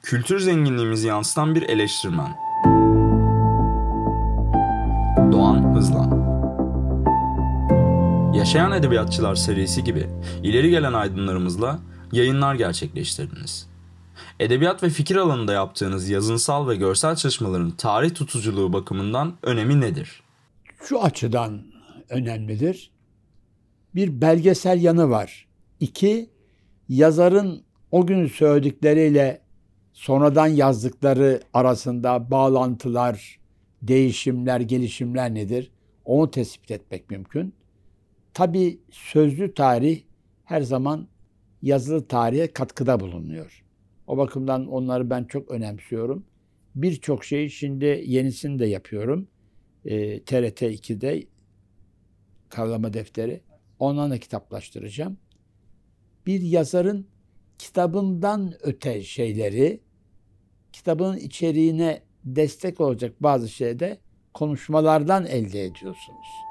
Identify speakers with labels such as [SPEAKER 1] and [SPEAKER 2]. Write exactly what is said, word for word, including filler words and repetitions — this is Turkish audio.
[SPEAKER 1] Kültür zenginliğimizi yansıtan bir eleştirmen. Doğan Hızlan. Yaşayan Edebiyatçılar serisi gibi ileri gelen aydınlarımızla yayınlar gerçekleştirdiniz. Edebiyat ve fikir alanında yaptığınız yazınsal ve görsel çalışmaların tarih tutuculuğu bakımından önemi nedir?
[SPEAKER 2] Şu açıdan önemlidir. Bir belgesel yanı var. İki, yazarın o gün söyledikleriyle sonradan yazdıkları arasında bağlantılar, değişimler, gelişimler nedir? Onu tespit etmek mümkün. Tabii sözlü tarih her zaman yazılı tarihe katkıda bulunuyor. O bakımdan onları ben çok önemsiyorum. Birçok şeyi şimdi yenisini de yapıyorum. E, T R T ikide kavrama defteri. Ondan da kitaplaştıracağım. Bir yazarın kitabından öte şeyleri, kitabın içeriğine destek olacak bazı şeyde konuşmalardan elde ediyorsunuz.